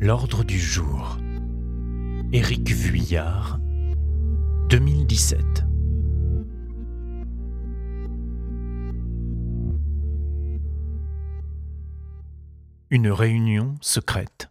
L'ordre du jour. Éric Vuillard, 2017. Une réunion secrète.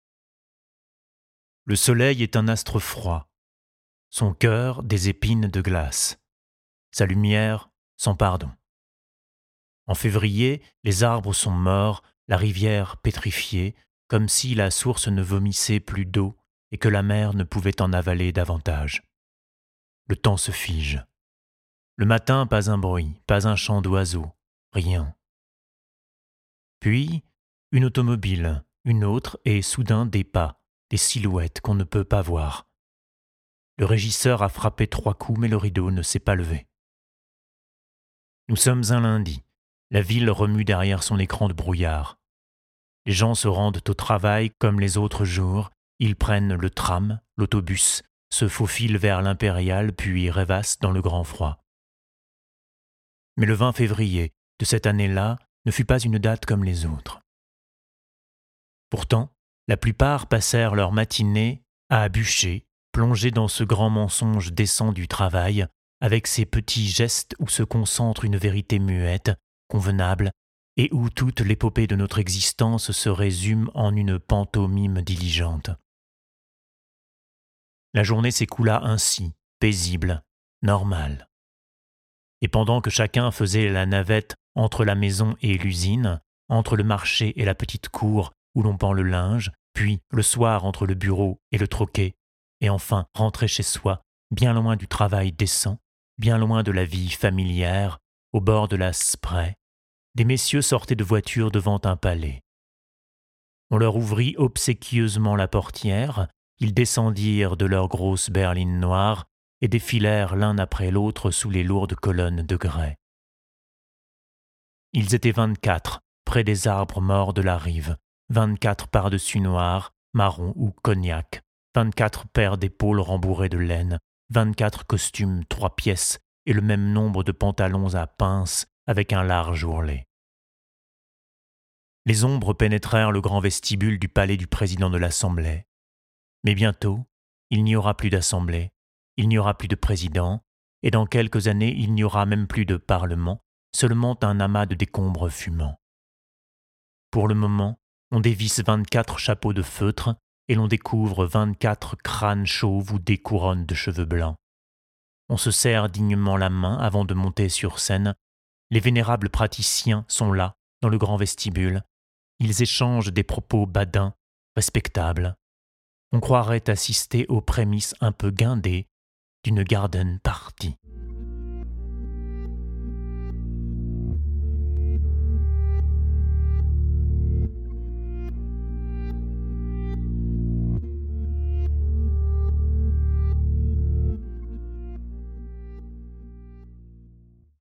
Le soleil est un astre froid, son cœur des épines de glace, sa lumière sans pardon. En février, les arbres sont morts, la rivière pétrifiée, comme si la source ne vomissait plus d'eau et que la mer ne pouvait en avaler davantage. Le temps se fige. Le matin, pas un bruit, pas un chant d'oiseau, rien. Puis, une automobile, une autre, et soudain des pas, des silhouettes qu'on ne peut pas voir. Le régisseur a frappé 3 coups, mais le rideau ne s'est pas levé. Nous sommes un lundi. La ville remue derrière son écran de brouillard. Les gens se rendent au travail comme les autres jours. Ils prennent le tram, l'autobus, se faufilent vers l'Impériale, puis rêvassent dans le grand froid. Mais le 20 février de cette année-là ne fut pas une date comme les autres. Pourtant, la plupart passèrent leur matinée à bûcher, plongés dans ce grand mensonge décent du travail, avec ces petits gestes où se concentre une vérité muette, convenable, et où toute l'épopée de notre existence se résume en une pantomime diligente. La journée s'écoula ainsi, paisible, normale. Et pendant que chacun faisait la navette entre la maison et l'usine, entre le marché et la petite cour où l'on pend le linge, puis le soir entre le bureau et le troquet, et enfin rentrer chez soi, bien loin du travail décent, bien loin de la vie familière, au bord de la Spree, des messieurs sortaient de voiture devant un palais. On leur ouvrit obséquieusement la portière, ils descendirent de leurs grosses berlines noires et défilèrent l'un après l'autre sous les lourdes colonnes de grès. Ils étaient 24, près des arbres morts de la rive, 24 par-dessus noirs, marron ou cognac, 24 paires d'épaules rembourrées de laine, 24 costumes 3 pièces et le même nombre de pantalons à pinces avec un large ourlet. Les ombres pénétrèrent le grand vestibule du palais du président de l'Assemblée. Mais bientôt, il n'y aura plus d'Assemblée, il n'y aura plus de président, et dans quelques années, il n'y aura même plus de Parlement, seulement un amas de décombres fumants. Pour le moment, on dévisse 24 chapeaux de feutre et l'on découvre 24 crânes chauves ou des couronnes de cheveux blancs. On se serre dignement la main avant de monter sur scène. Les vénérables praticiens sont là, dans le grand vestibule. Ils échangent des propos badins, respectables. On croirait assister aux prémices un peu guindées d'une garden party.